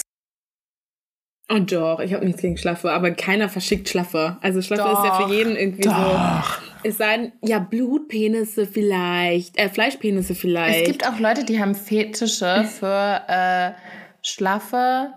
Oh doch, ich habe nichts gegen Schlaffe, aber keiner verschickt Schlaffe. Also Schlaffe ist ja für jeden irgendwie so. Es seien ja Blutpenisse vielleicht, Fleischpenisse vielleicht. Es gibt auch Leute, die haben Fetische für schlaffe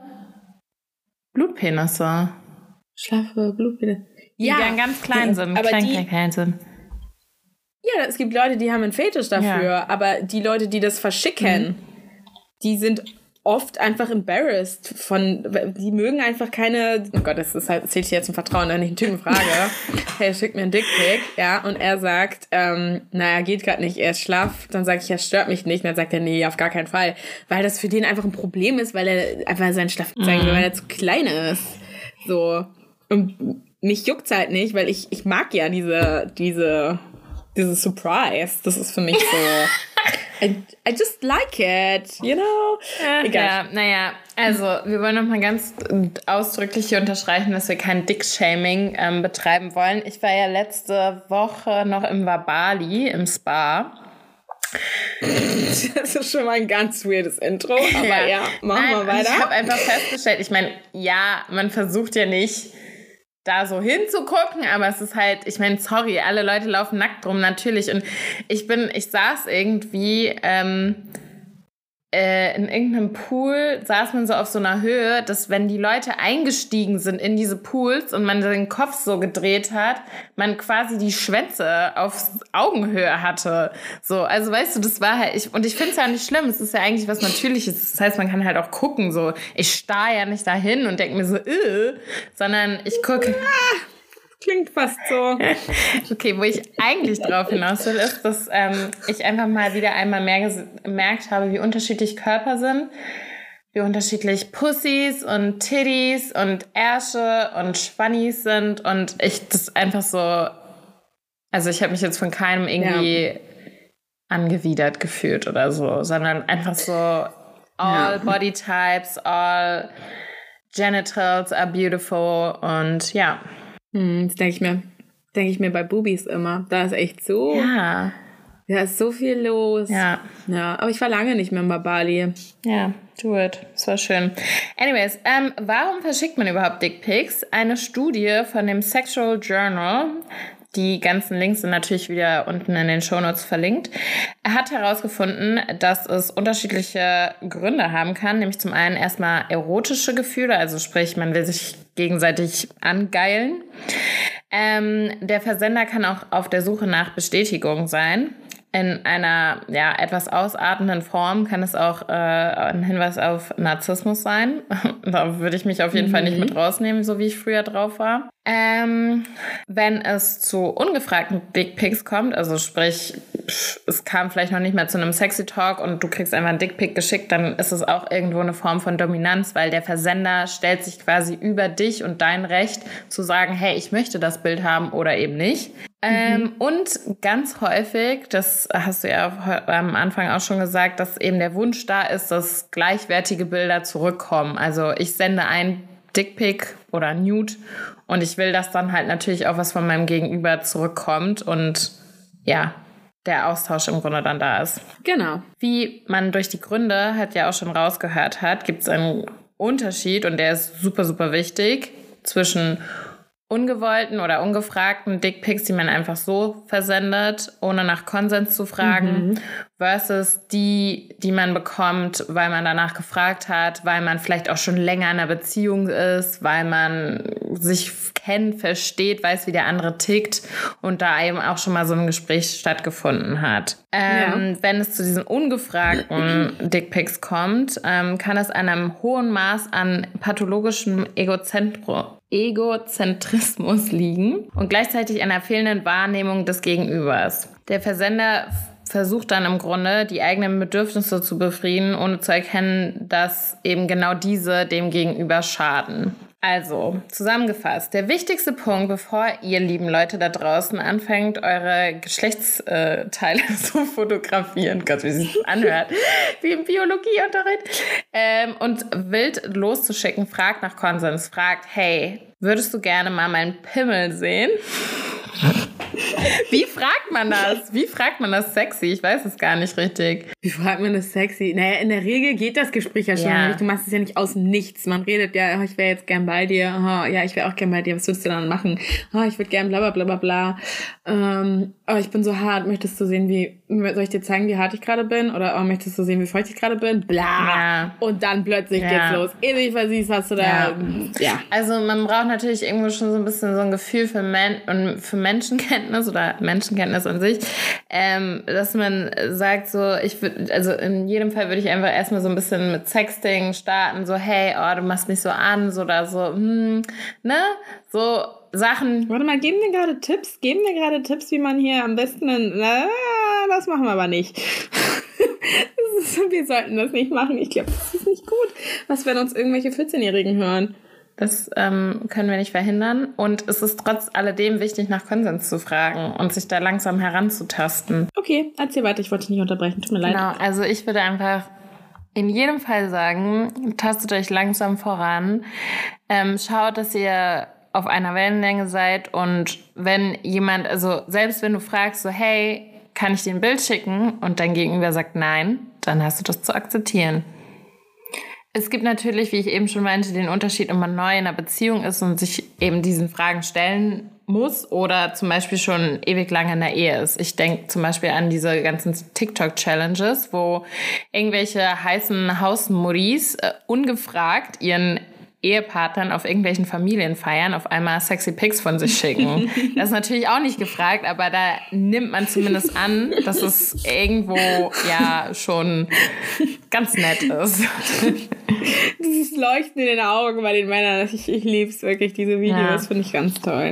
Blutpenisse. Schlaffe Blutpenisse. Die dann ganz klein sind, aber klein sind. Ja, es gibt Leute, die haben einen Fetisch dafür, aber die Leute, die das verschicken, die sind oft einfach embarrassed die mögen einfach keine, oh Gott, das zählt sich jetzt im Vertrauen, wenn ich einen Typen frage, hey, schick mir einen Dickpic, ja, und er sagt, naja, geht gerade nicht, er ist schlaff, dann sage ich, ja, stört mich nicht, und dann sagt er, nee, auf gar keinen Fall, weil das für den einfach ein Problem ist, weil er einfach seinen Schlaff zeigen will, weil er zu klein ist, so, und mich juckt's halt nicht, weil ich mag ja diese Surprise, das ist für mich so, I just like it, you know? Egal. Ja, naja, also wir wollen nochmal ganz ausdrücklich hier unterstreichen, dass wir kein Dick-Shaming betreiben wollen. Ich war ja letzte Woche noch im Wabali, im Spa. Das ist schon mal ein ganz weirdes Intro, aber ja machen wir weiter. Ich habe einfach festgestellt, ich meine, ja, man versucht ja nicht da so hinzugucken, aber es ist halt, ich meine, sorry, alle Leute laufen nackt rum, natürlich. Und ich saß irgendwie in irgendeinem Pool, saß man so auf so einer Höhe, dass wenn die Leute eingestiegen sind in diese Pools und man den Kopf so gedreht hat, man quasi die Schwänze auf Augenhöhe hatte. So, also weißt du, das war halt, ich finde es ja nicht schlimm, es ist ja eigentlich was Natürliches. Das heißt, man kann halt auch gucken, so, ich starre ja nicht dahin und denke mir so, sondern ich gucke. Klingt fast so. Okay, wo ich eigentlich drauf hinaus will, ist, dass ich einfach mal wieder einmal mehr gemerkt habe, wie unterschiedlich Körper sind, wie unterschiedlich Pussys und Titties und Ärsche und Schwannis sind und ich das einfach so, also ich habe mich jetzt von keinem irgendwie angewidert gefühlt oder so, sondern einfach so all body types, all genitals are beautiful und ja. Das denke ich mir bei Boobies immer. Da ist echt so. Ja. Da ist so viel los. Ja. Ja, aber ich war lange nicht mehr in Bali. Ja, do it. Das war schön. Anyways, warum verschickt man überhaupt Dickpics? Eine Studie von dem Sexual Journal, die ganzen Links sind natürlich wieder unten in den Shownotes verlinkt, hat herausgefunden, dass es unterschiedliche Gründe haben kann. Nämlich zum einen erstmal erotische Gefühle, also sprich, man will sich gegenseitig angeilen. Der Versender kann auch auf der Suche nach Bestätigung sein. In einer etwas ausartenden Form kann es auch ein Hinweis auf Narzissmus sein. Da würde ich mich auf jeden Fall nicht mit rausnehmen, so wie ich früher drauf war. Wenn es zu ungefragten Dickpics kommt, also sprich, es kam vielleicht noch nicht mal zu einem Sexy Talk und du kriegst einfach einen Dickpic geschickt, dann ist es auch irgendwo eine Form von Dominanz, weil der Versender stellt sich quasi über dich und dein Recht zu sagen, hey, ich möchte das Bild haben oder eben nicht. Und ganz häufig, das hast du ja am Anfang auch schon gesagt, dass eben der Wunsch da ist, dass gleichwertige Bilder zurückkommen. Also ich sende ein Dickpic oder Nude und ich will, dass dann halt natürlich auch was von meinem Gegenüber zurückkommt und ja, der Austausch im Grunde dann da ist. Genau. Wie man durch die Gründe halt ja auch schon rausgehört hat, gibt es einen Unterschied und der ist super, super wichtig zwischen ungewollten oder ungefragten Dickpics, die man einfach so versendet, ohne nach Konsens zu fragen, versus die man bekommt, weil man danach gefragt hat, weil man vielleicht auch schon länger in einer Beziehung ist, weil man sich kennt, versteht, weiß, wie der andere tickt und da eben auch schon mal so ein Gespräch stattgefunden hat. Wenn es zu diesen ungefragten Dickpics kommt, kann es an einem hohen Maß an pathologischem Egozentrismus liegen und gleichzeitig einer fehlenden Wahrnehmung des Gegenübers. Der Versender versucht dann im Grunde, die eigenen Bedürfnisse zu befrieden, ohne zu erkennen, dass eben genau diese dem Gegenüber schaden. Also, zusammengefasst, der wichtigste Punkt, bevor ihr lieben Leute da draußen anfängt, eure Geschlechtsteile zu fotografieren, Gott, wie sich das anhört, wie im Biologieunterricht, und wild loszuschicken, fragt nach Konsens, fragt, hey, würdest du gerne mal meinen Pimmel sehen? Wie fragt man das? Wie fragt man das sexy? Ich weiß es gar nicht richtig. Wie fragt man das sexy? Naja, in der Regel geht das Gespräch ja schon. Ja. Du machst es ja nicht aus dem Nichts. Man redet ja, oh, ich wäre jetzt gern bei dir. Oh, ja, ich wäre auch gern bei dir. Was würdest du dann machen? Oh, ich würde gern bla bla bla bla bla. Oh, ich bin so hart. Möchtest du sehen, soll ich dir zeigen, wie hart ich gerade bin? Oder oh, möchtest du sehen, wie feucht ich gerade bin? Bla. Ja. Und dann plötzlich geht's los. Ewig versiehst hast du da. Ja. Also man braucht natürlich irgendwo schon so ein bisschen so ein Gefühl für Menschenkenntnis oder Menschenkenntnis an sich, dass man sagt so, also in jedem Fall würde ich einfach erstmal so ein bisschen mit Sexting starten, so hey, oh, du machst mich so an, so oder so, ne, so Sachen. Warte mal, geben wir gerade Tipps, wie man hier am besten, das machen wir aber nicht. Wir sollten das nicht machen, ich glaube, das ist nicht gut. Was, wenn uns irgendwelche 14-Jährigen hören? Das können wir nicht verhindern. Und es ist trotz alledem wichtig, nach Konsens zu fragen und sich da langsam heranzutasten. Okay, erzähl weiter. Ich wollte dich nicht unterbrechen. Tut mir leid. Genau, also ich würde einfach in jedem Fall sagen, tastet euch langsam voran. Schaut, dass ihr auf einer Wellenlänge seid. Und wenn jemand, also selbst wenn du fragst, so hey, kann ich dir ein Bild schicken? Und dein Gegenüber sagt nein, dann hast du das zu akzeptieren. Es gibt natürlich, wie ich eben schon meinte, den Unterschied, ob man neu in einer Beziehung ist und sich eben diesen Fragen stellen muss oder zum Beispiel schon ewig lange in der Ehe ist. Ich denke zum Beispiel an diese ganzen TikTok-Challenges, wo irgendwelche heißen Hausmuris ungefragt ihren Ehepartnern auf irgendwelchen Familienfeiern auf einmal sexy Pics von sich schicken. Das ist natürlich auch nicht gefragt, aber da nimmt man zumindest an, dass es irgendwo ja schon ganz nett ist. Dieses Leuchten in den Augen bei den Männern, ich liebe es wirklich, diese Videos, finde ich ganz toll.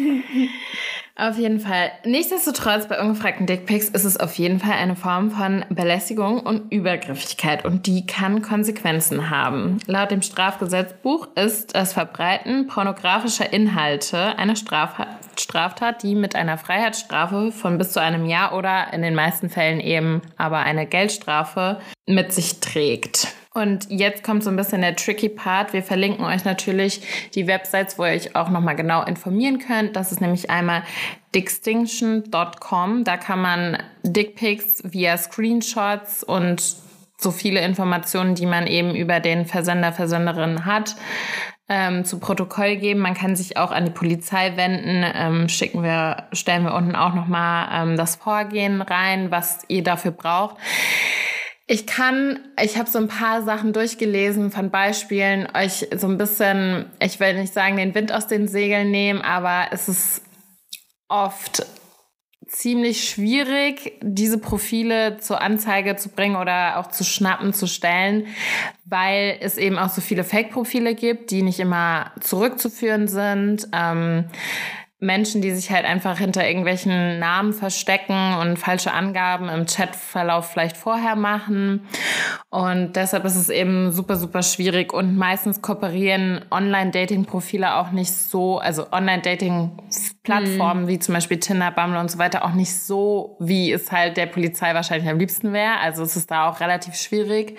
Auf jeden Fall. Nichtsdestotrotz, bei ungefragten Dickpics ist es auf jeden Fall eine Form von Belästigung und Übergriffigkeit und die kann Konsequenzen haben. Laut dem Strafgesetzbuch ist das Verbreiten pornografischer Inhalte eine Straftat, die mit einer Freiheitsstrafe von bis zu einem Jahr oder in den meisten Fällen eben aber eine Geldstrafe mit sich trägt. Und jetzt kommt so ein bisschen der tricky Part. Wir verlinken euch natürlich die Websites, wo ihr euch auch nochmal genau informieren könnt. Das ist nämlich einmal dickstinction.com. Da kann man Dickpics via Screenshots und so viele Informationen, die man eben über den Versender, Versenderin hat, zu Protokoll geben. Man kann sich auch an die Polizei wenden. Stellen wir unten auch nochmal das Vorgehen rein, was ihr dafür braucht. Ich habe so ein paar Sachen durchgelesen von Beispielen, euch so ein bisschen, ich will nicht sagen, den Wind aus den Segeln nehmen, aber es ist oft ziemlich schwierig, diese Profile zur Anzeige zu bringen oder auch zu schnappen, zu stellen, weil es eben auch so viele Fake-Profile gibt, die nicht immer zurückzuführen sind. Menschen, die sich halt einfach hinter irgendwelchen Namen verstecken und falsche Angaben im Chatverlauf vielleicht vorher machen. Und deshalb ist es eben super, super schwierig. Und meistens kooperieren Online-Dating-Profile auch nicht so, also Online-Dating-Plattformen wie zum Beispiel Tinder, Bumble und so weiter auch nicht so, wie es halt der Polizei wahrscheinlich am liebsten wäre. Also es ist da auch relativ schwierig,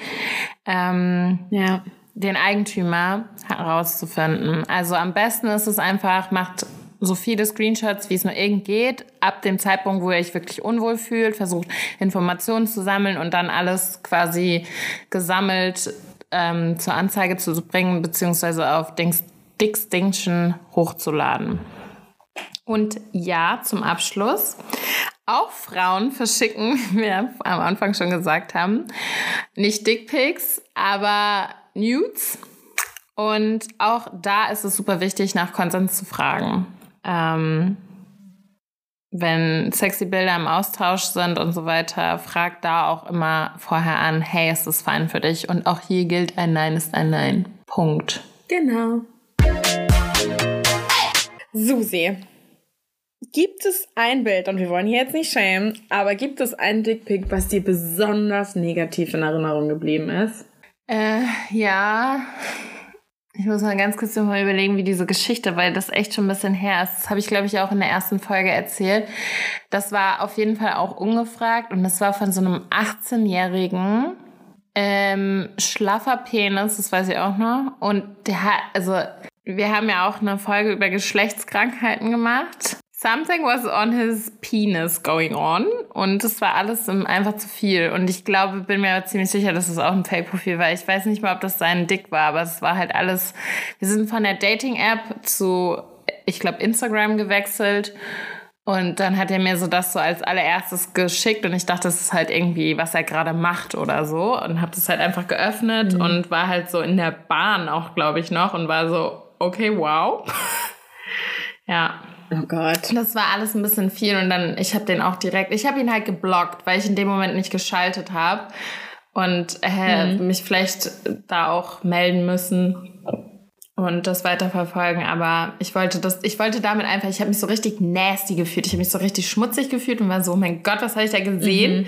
den Eigentümer herauszufinden. Also am besten ist es einfach, macht so viele Screenshots, wie es nur irgend geht, ab dem Zeitpunkt, wo ihr euch wirklich unwohl fühlt, versucht Informationen zu sammeln und dann alles quasi gesammelt zur Anzeige zu bringen, beziehungsweise auf Digstinction hochzuladen. Und ja, zum Abschluss, auch Frauen verschicken, wie wir am Anfang schon gesagt haben, nicht Dickpics, aber Nudes. Und auch da ist es super wichtig, nach Konsens zu fragen. Wenn sexy Bilder im Austausch sind und so weiter, frag da auch immer vorher an, hey, ist das fein für dich? Und auch hier gilt, ein Nein ist ein Nein. Punkt. Genau. Susi, gibt es ein Bild, und wir wollen hier jetzt nicht schämen, aber gibt es ein Dickpic, was dir besonders negativ in Erinnerung geblieben ist? Ja. Ich muss mal ganz kurz mal überlegen, wie diese Geschichte, weil das echt schon ein bisschen her ist. Das habe ich, glaube ich, auch in der ersten Folge erzählt. Das war auf jeden Fall auch ungefragt und das war von so einem 18-jährigen schlaffer Penis, das weiß ich auch noch. Und der hat, also wir haben ja auch eine Folge über Geschlechtskrankheiten gemacht. Something was on his penis going on. Und das war alles einfach zu viel. Und ich glaube, bin mir ziemlich sicher, dass es auch ein Fake-Profil war. Ich weiß nicht mal, ob das sein Dick war, aber es war halt alles. Wir sind von der Dating-App zu, ich glaube, Instagram gewechselt. Und dann hat er mir so das so als allererstes geschickt. Und ich dachte, das ist halt irgendwie, was er gerade macht oder so. Und habe das halt einfach geöffnet und war halt so in der Bahn auch, glaube ich, noch. Und war so, okay, wow. Ja. Oh Gott. Das war alles ein bisschen viel und dann, ich habe ihn halt geblockt, weil ich in dem Moment nicht geschaltet habe und mich vielleicht da auch melden müssen und das weiterverfolgen, aber ich wollte damit einfach, ich habe mich so richtig nasty gefühlt, ich habe mich so richtig schmutzig gefühlt und war so, oh mein Gott, was habe ich da gesehen?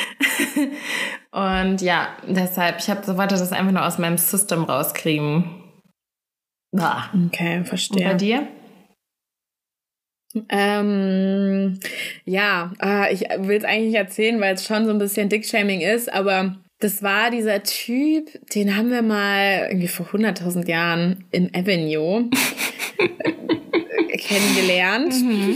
Und ja, deshalb, wollte das einfach nur aus meinem System rauskriegen. Okay, verstehe. Und bei dir? Ich will es eigentlich nicht erzählen, weil es schon so ein bisschen Dickshaming ist, aber das war dieser Typ, den haben wir mal irgendwie vor 100.000 Jahren im Avenue kennengelernt.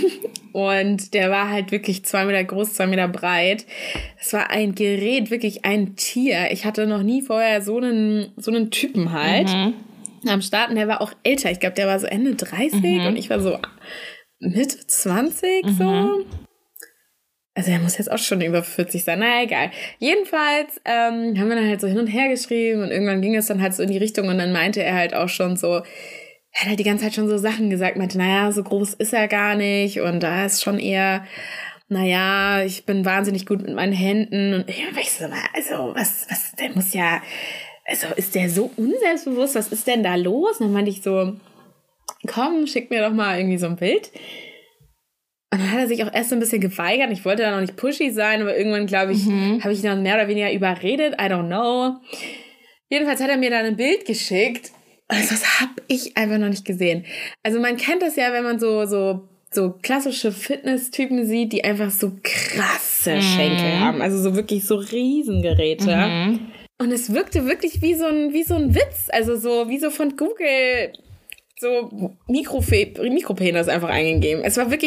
Und der war halt wirklich 2 Meter groß, 2 Meter breit. Das war ein Gerät, wirklich ein Tier. Ich hatte noch nie vorher so einen Typen halt am Start. Und der war auch älter. Ich glaube, der war so Ende 30 und ich war so Mitte 20 so. Also er muss jetzt auch schon über 40 sein. Naja, egal. Jedenfalls haben wir dann halt so hin und her geschrieben und irgendwann ging es dann halt so in die Richtung und dann meinte er halt auch schon so, er hat halt die ganze Zeit schon so Sachen gesagt, meinte, naja, so groß ist er gar nicht und da ist schon eher, naja, ich bin wahnsinnig gut mit meinen Händen und ich so, also was, der muss ja, also ist der so unselbstbewusst, was ist denn da los? Und dann meinte ich so, komm, schick mir doch mal irgendwie so ein Bild. Und dann hat er sich auch erst so ein bisschen geweigert. Ich wollte da noch nicht pushy sein, aber irgendwann, glaube ich, habe ich ihn dann mehr oder weniger überredet. I don't know. Jedenfalls hat er mir dann ein Bild geschickt. Also das habe ich einfach noch nicht gesehen. Also man kennt das ja, wenn man so klassische Fitness-Typen sieht, die einfach so krasse Schenkel haben. Also so wirklich so Riesengeräte. Und es wirkte wirklich wie so ein Witz. Also so wie so von Google so Mikropenis einfach eingegeben. Der war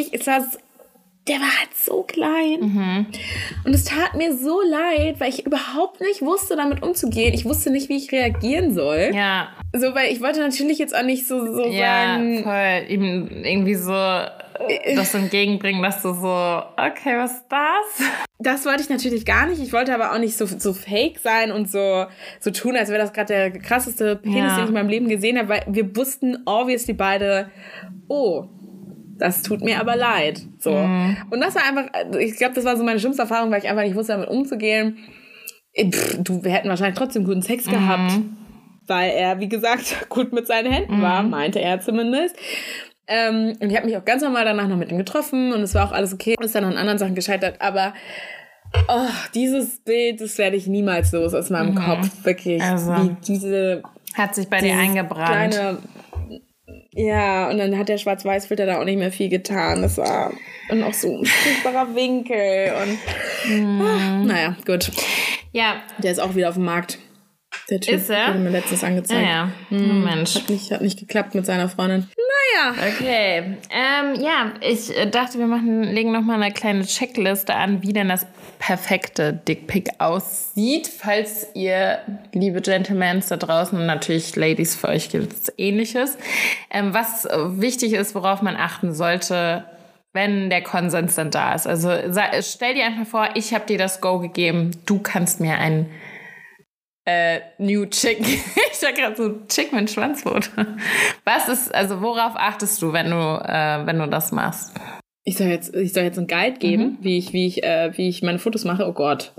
halt so klein. Und es tat mir so leid, weil ich überhaupt nicht wusste, damit umzugehen. Ich wusste nicht, wie ich reagieren soll. Ja. So, weil ich wollte natürlich jetzt auch nicht so sagen. Ja, voll. Ihm irgendwie so das entgegenbringen, dass du so, okay, was ist das? Das wollte ich natürlich gar nicht. Ich wollte aber auch nicht so fake sein und so tun, als wäre das gerade der krasseste Penis, den ich in meinem Leben gesehen habe, weil wir wussten obviously beide, oh, Das tut mir aber leid. So. Und das war einfach, ich glaube, das war so meine schlimmste Erfahrung, weil ich einfach nicht wusste, damit umzugehen. Wir hätten wahrscheinlich trotzdem guten Sex gehabt, weil er, wie gesagt, gut mit seinen Händen war, meinte er zumindest. Und ich habe mich auch ganz normal danach noch mit ihm getroffen und es war auch alles okay. Ist dann an anderen Sachen gescheitert, aber dieses Bild, das werde ich niemals los aus meinem Kopf. Wirklich. Also, wie diese... Hat sich bei dir eingebrannt. Ja, und dann hat der Schwarz-Weiß-Filter da auch nicht mehr viel getan. Das war und auch so ein furchtbarer Winkel. Und naja, gut. Ja. Der ist auch wieder auf dem Markt. Der Typ ist er? wurde mir letztens angezeigt. Ja. Mensch. Hat nicht geklappt mit seiner Freundin. Naja. Okay. Ich dachte, wir legen nochmal eine kleine Checkliste an, wie denn das perfekte Dickpic aussieht. Falls ihr, liebe Gentlemen da draußen und natürlich Ladies, für euch gibt es Ähnliches. Was wichtig ist, worauf man achten sollte, wenn der Konsens dann da ist. Also stell dir einfach vor, ich habe dir das Go gegeben, du kannst mir ein New Chick. Ich sag gerade so Chick mit Schwanzfoto. Worauf achtest du, wenn du das machst? Ich soll jetzt einen Guide geben, wie ich meine Fotos mache. Oh Gott.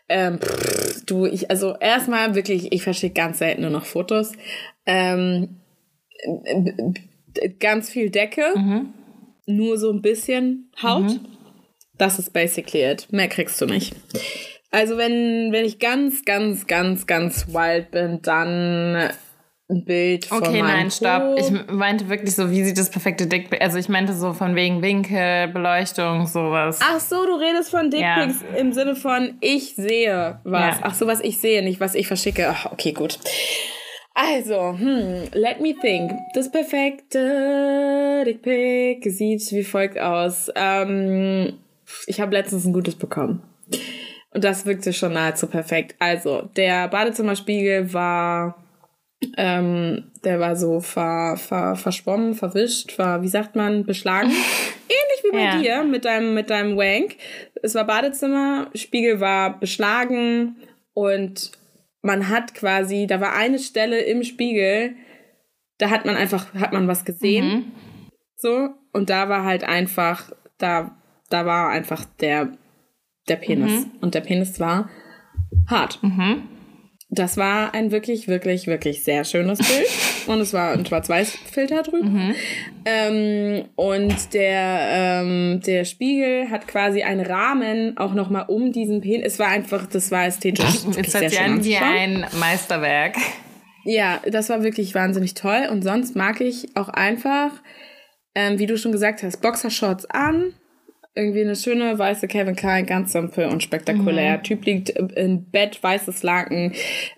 Erstmal wirklich, ich verschicke ganz selten nur noch Fotos. Ganz viel Decke. Nur so ein bisschen Haut. Das ist basically it. Mehr kriegst du nicht. Also wenn ich ganz, ganz, ganz, ganz wild bin, dann ein Bild von meinem nein, stopp. Ich meinte wirklich so, wie sieht das perfekte Dickpic? Also ich meinte so von wegen Winkel, Beleuchtung, sowas. Ach so, du redest von Dickpics im Sinne von ich sehe was. Ja. Ach so, was ich sehe, nicht was ich verschicke. Ach, okay, gut. Also, let me think. Das perfekte Dickpic sieht wie folgt aus. Ich habe letztens ein gutes bekommen. Und das wirkte schon nahezu perfekt. Also, der Badezimmerspiegel war, der war so verschwommen, verwischt, wie sagt man, beschlagen. Ähnlich wie bei dir mit deinem Wank. Es war Badezimmerspiegel war beschlagen und man hat quasi, da war eine Stelle im Spiegel, da hat man was gesehen. So. Und da war halt einfach, da war einfach der Penis. Und der Penis war hart. Das war ein wirklich, wirklich, wirklich sehr schönes Bild. Und es war ein Schwarz-Weiß-Filter drüber. Und der Spiegel hat quasi einen Rahmen auch nochmal um diesen Penis. Das war ästhetisch. Jetzt hört sich an wie ein Meisterwerk. Ja, das war wirklich wahnsinnig toll. Und sonst mag ich auch einfach, wie du schon gesagt hast, Boxershorts an. Irgendwie eine schöne weiße Calvin Klein, ganz simpel und spektakulär. Typ liegt im Bett, weißes Laken,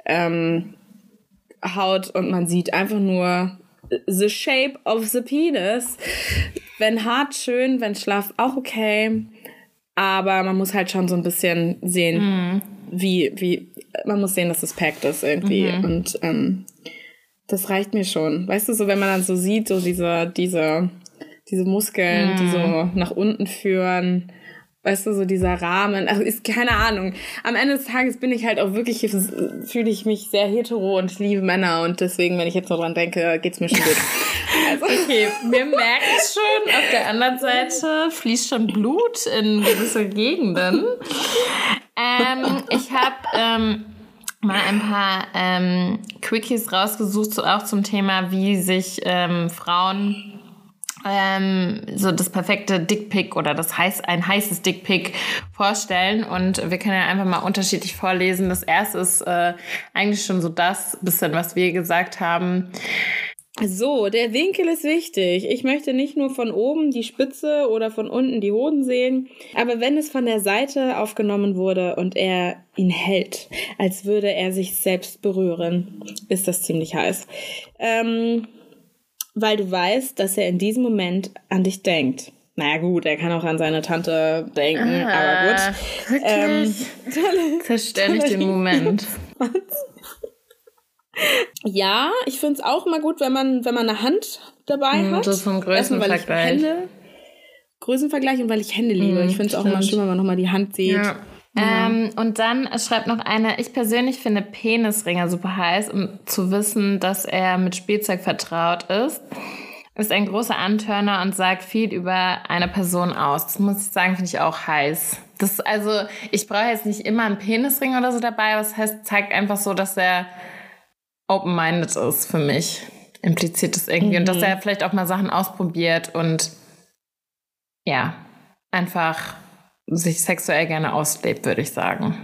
Haut und man sieht einfach nur the shape of the penis. Wenn hart schön, wenn schlaff auch okay. Aber man muss halt schon so ein bisschen sehen, wie man muss sehen, dass es packt ist irgendwie. Und das reicht mir schon. Weißt du, so wenn man dann so sieht, so diese Muskeln, die so nach unten führen, weißt du, so dieser Rahmen, also ist keine Ahnung. Am Ende des Tages bin ich halt auch wirklich, fühle ich mich sehr hetero und liebe Männer und deswegen, wenn ich jetzt noch dran denke, geht's mir schon gut. Also, okay, wir merken es schon, auf der anderen Seite fließt schon Blut in gewisse Gegenden. Ich habe mal ein paar Quickies rausgesucht, so auch zum Thema, wie sich Frauen so das perfekte Dickpic oder ein heißes Dickpic vorstellen und wir können ja einfach mal unterschiedlich vorlesen. Das erste ist eigentlich schon so das bisschen, was wir gesagt haben. So, der Winkel ist wichtig. Ich möchte nicht nur von oben die Spitze oder von unten die Hoden sehen, aber wenn es von der Seite aufgenommen wurde und er ihn hält, als würde er sich selbst berühren, ist das ziemlich heiß. Weil du weißt, dass er in diesem Moment an dich denkt. Naja gut, er kann auch an seine Tante denken, aber gut. Zerstör nicht den Moment. Ja, ich finde es auch immer gut, wenn man eine Hand dabei hat. Das ist vom Größenvergleich. Größenvergleich und weil ich Hände liebe. Ich finde es auch immer schön, wenn man nochmal die Hand sieht. Ja. Und dann schreibt noch einer, ich persönlich finde Penisringe super heiß, um zu wissen, dass er mit Spielzeug vertraut ist. ist ein großer Antörner und sagt viel über eine Person aus. Das muss ich sagen, finde ich auch heiß. Ich brauche jetzt nicht immer einen Penisring oder so dabei, aber das heißt, zeigt einfach so, dass er open-minded ist für mich. Impliziert es irgendwie. Und dass er vielleicht auch mal Sachen ausprobiert und ja, einfach sich sexuell gerne auslebt, würde ich sagen.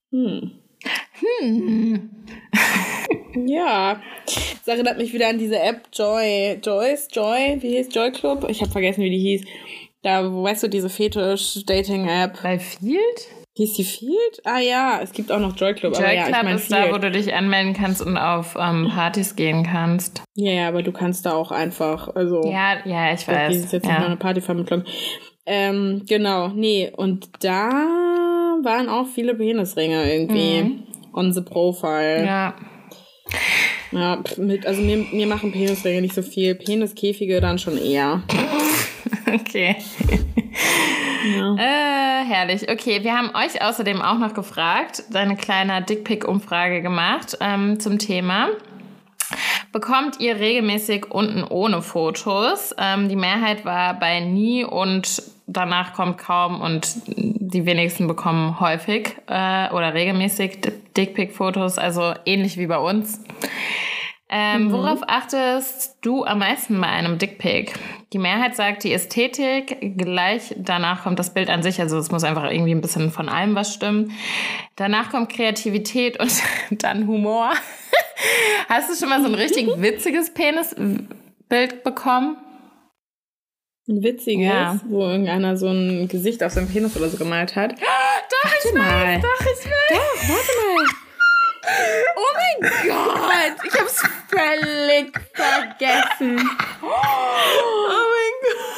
Ja, das erinnert mich wieder an diese App Joy, wie hieß Joy Club? Ich habe vergessen, wie die hieß. Da, weißt du, diese Fetisch-Dating-App. Bei Field? Hieß die Field? Ah ja, es gibt auch noch Joy Club. Joy aber ja, Club ich mein ist Field. da, wo du dich anmelden kannst und auf Partys gehen kannst. Ja, aber du kannst da auch einfach, also... Ja, ich weiß. Das ist jetzt nicht mal eine Partyvermittlung. Genau, nee, und da waren auch viele Penisringe irgendwie on the profile. Ja. Ja, also mir machen Penisringe nicht so viel. Peniskäfige dann schon eher. Okay. Ja. Herrlich. Okay, wir haben euch außerdem auch noch gefragt, eine kleine Dickpick-Umfrage gemacht zum Thema. Bekommt ihr regelmäßig unten ohne Fotos? Die Mehrheit war bei nie und danach kommt kaum und die wenigsten bekommen häufig oder regelmäßig Dickpick-Fotos, also ähnlich wie bei uns. Worauf achtest du am meisten bei einem Dickpick? Die Mehrheit sagt die Ästhetik, gleich danach kommt das Bild an sich, also es muss einfach irgendwie ein bisschen von allem was stimmen. Danach kommt Kreativität und dann Humor. Hast du schon mal so ein richtig witziges Penisbild bekommen? Ein witziges, ja. Wo irgendeiner so ein Gesicht auf seinem Penis oder so gemalt hat. Doch, ich weiß. Doch, warte mal. Oh mein Gott, ich hab's völlig vergessen. Oh mein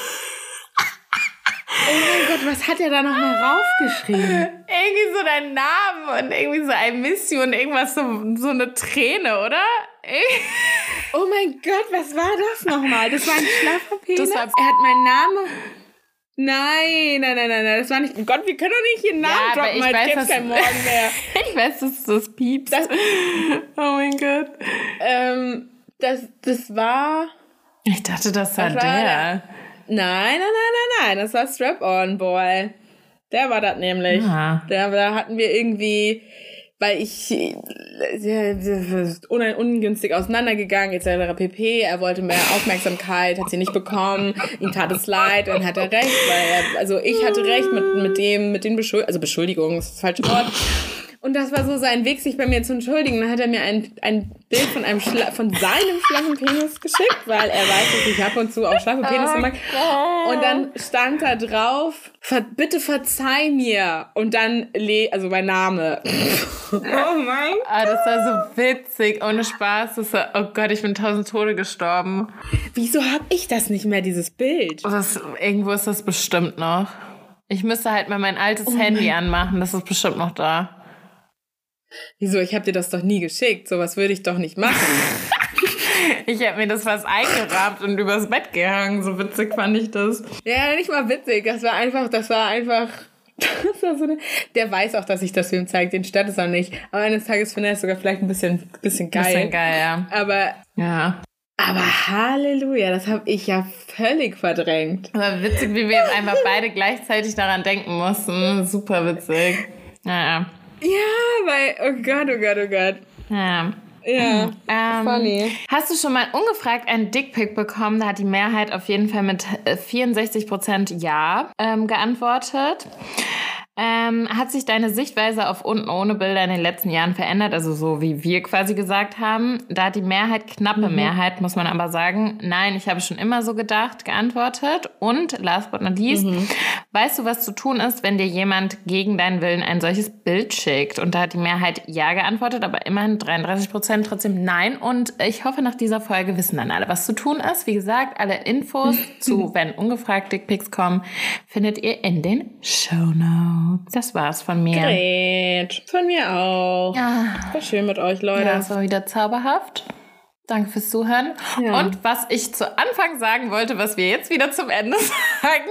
Gott, was hat er da nochmal raufgeschrieben? Irgendwie so dein Name und irgendwie so ein Mission und irgendwas, so eine Träne, oder? Oh mein Gott, was war das nochmal? Das war ein schlaffer Penis? Er hat meinen Namen... Nein, das war nicht... Oh Gott, wir können doch nicht ihren Namen droppen, weil es gibt kein Morgen mehr. Ich weiß, dass das piepst. Oh mein Gott. Das war... Ich dachte, das war der. Nein, das war Strap-On Boy. Der war das nämlich. Ah. Da hatten wir irgendwie... Weil ich ungünstig auseinandergegangen, etc. pp. Er wollte mehr Aufmerksamkeit, hat sie nicht bekommen. Ihm tat es leid, dann hat er recht, weil ich hatte recht mit den Beschuldigungen, das ist das falsche Wort. Und das war so sein Weg, sich bei mir zu entschuldigen. Dann hat er mir ein Bild von seinem flachen Penis geschickt, weil er weiß, dass ich ab und zu auch flache Penisse mag. Und dann stand da drauf, bitte verzeih mir. Und dann, mein Name. Oh mein Gott. Das war so witzig, ohne Spaß. Oh Gott, ich bin 1000 Tode gestorben. Wieso hab ich das nicht mehr, dieses Bild? Irgendwo ist das bestimmt noch. Ich müsste halt mal mein altes Handy anmachen, das ist bestimmt noch da. Wieso? Ich habe dir das doch nie geschickt. Sowas würde ich doch nicht machen. Ich habe mir das fast eingerahmt und übers Bett gehangen. So witzig fand ich das. Ja, nicht mal witzig. Das war einfach der weiß auch, dass ich das ihm zeige. Den stört es auch nicht. Aber eines Tages finde er es sogar vielleicht ein bisschen geil. Bisschen geil, ja. Aber Halleluja, das habe ich ja völlig verdrängt. Aber witzig, wie wir jetzt einfach beide gleichzeitig daran denken mussten. Super witzig. Ja, weil, oh Gott. Ja, funny. Hast du schon mal ungefragt einen Dickpic bekommen? Da hat die Mehrheit auf jeden Fall mit 64% Ja geantwortet. Hat sich deine Sichtweise auf unten ohne Bilder in den letzten Jahren verändert? Also so wie wir quasi gesagt haben. Da hat die Mehrheit, knappe Mehrheit, muss man aber sagen, nein, ich habe schon immer so gedacht, geantwortet. Und last but not least, weißt du, was zu tun ist, wenn dir jemand gegen deinen Willen ein solches Bild schickt? Und da hat die Mehrheit Ja geantwortet, aber immerhin 33% trotzdem Nein. Und ich hoffe, nach dieser Folge wissen dann alle, was zu tun ist. Wie gesagt, alle Infos zu, wenn ungefragt Dickpics kommen, findet ihr in den Shownotes. Das war's von mir. Great. Von mir auch. Ja. War schön mit euch, Leute. Ja, es war wieder zauberhaft. Danke fürs Zuhören. Ja. Und was ich zu Anfang sagen wollte, was wir jetzt wieder zum Ende sagen.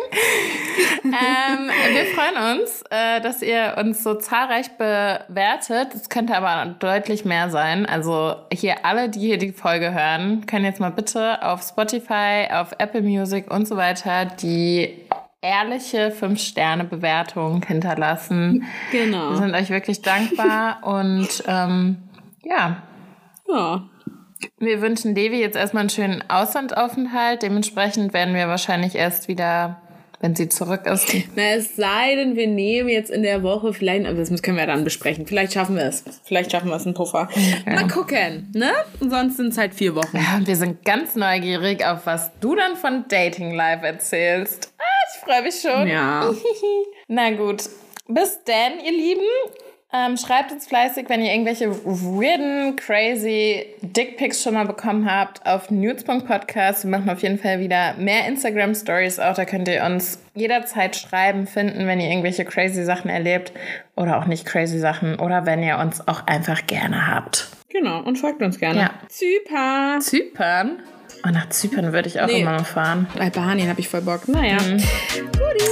Wir freuen uns, dass ihr uns so zahlreich bewertet. Es könnte aber deutlich mehr sein. Also hier alle, die hier die Folge hören, können jetzt mal bitte auf Spotify, auf Apple Music und so weiter die ehrliche 5-Sterne-Bewertung hinterlassen. Genau. Wir sind euch wirklich dankbar und ja. Wir wünschen Levi jetzt erstmal einen schönen Auslandsaufenthalt. Dementsprechend werden wir wahrscheinlich erst wieder, wenn sie zurück ist. Na, es sei denn, wir nehmen jetzt in der Woche vielleicht, aber das können wir dann besprechen. Vielleicht schaffen wir es. Einen Puffer. Okay. Mal gucken, ne? Und sonst sind es halt 4 Wochen. Ja, und wir sind ganz neugierig, auf was du dann von Dating Live erzählst. Ich freue mich schon. Ja. Na gut. Bis dann, ihr Lieben. Schreibt uns fleißig, wenn ihr irgendwelche weirden, crazy Dickpics schon mal bekommen habt auf nudes.podcast. Wir machen auf jeden Fall wieder mehr Instagram-Stories auch. Da könnt ihr uns jederzeit schreiben, finden, wenn ihr irgendwelche crazy Sachen erlebt oder auch nicht crazy Sachen oder wenn ihr uns auch einfach gerne habt. Genau, und folgt uns gerne. Ja. Zypern? Oh, nach Zypern würde ich auch immer mal fahren. Albanien habe ich voll Bock. Naja. Guti.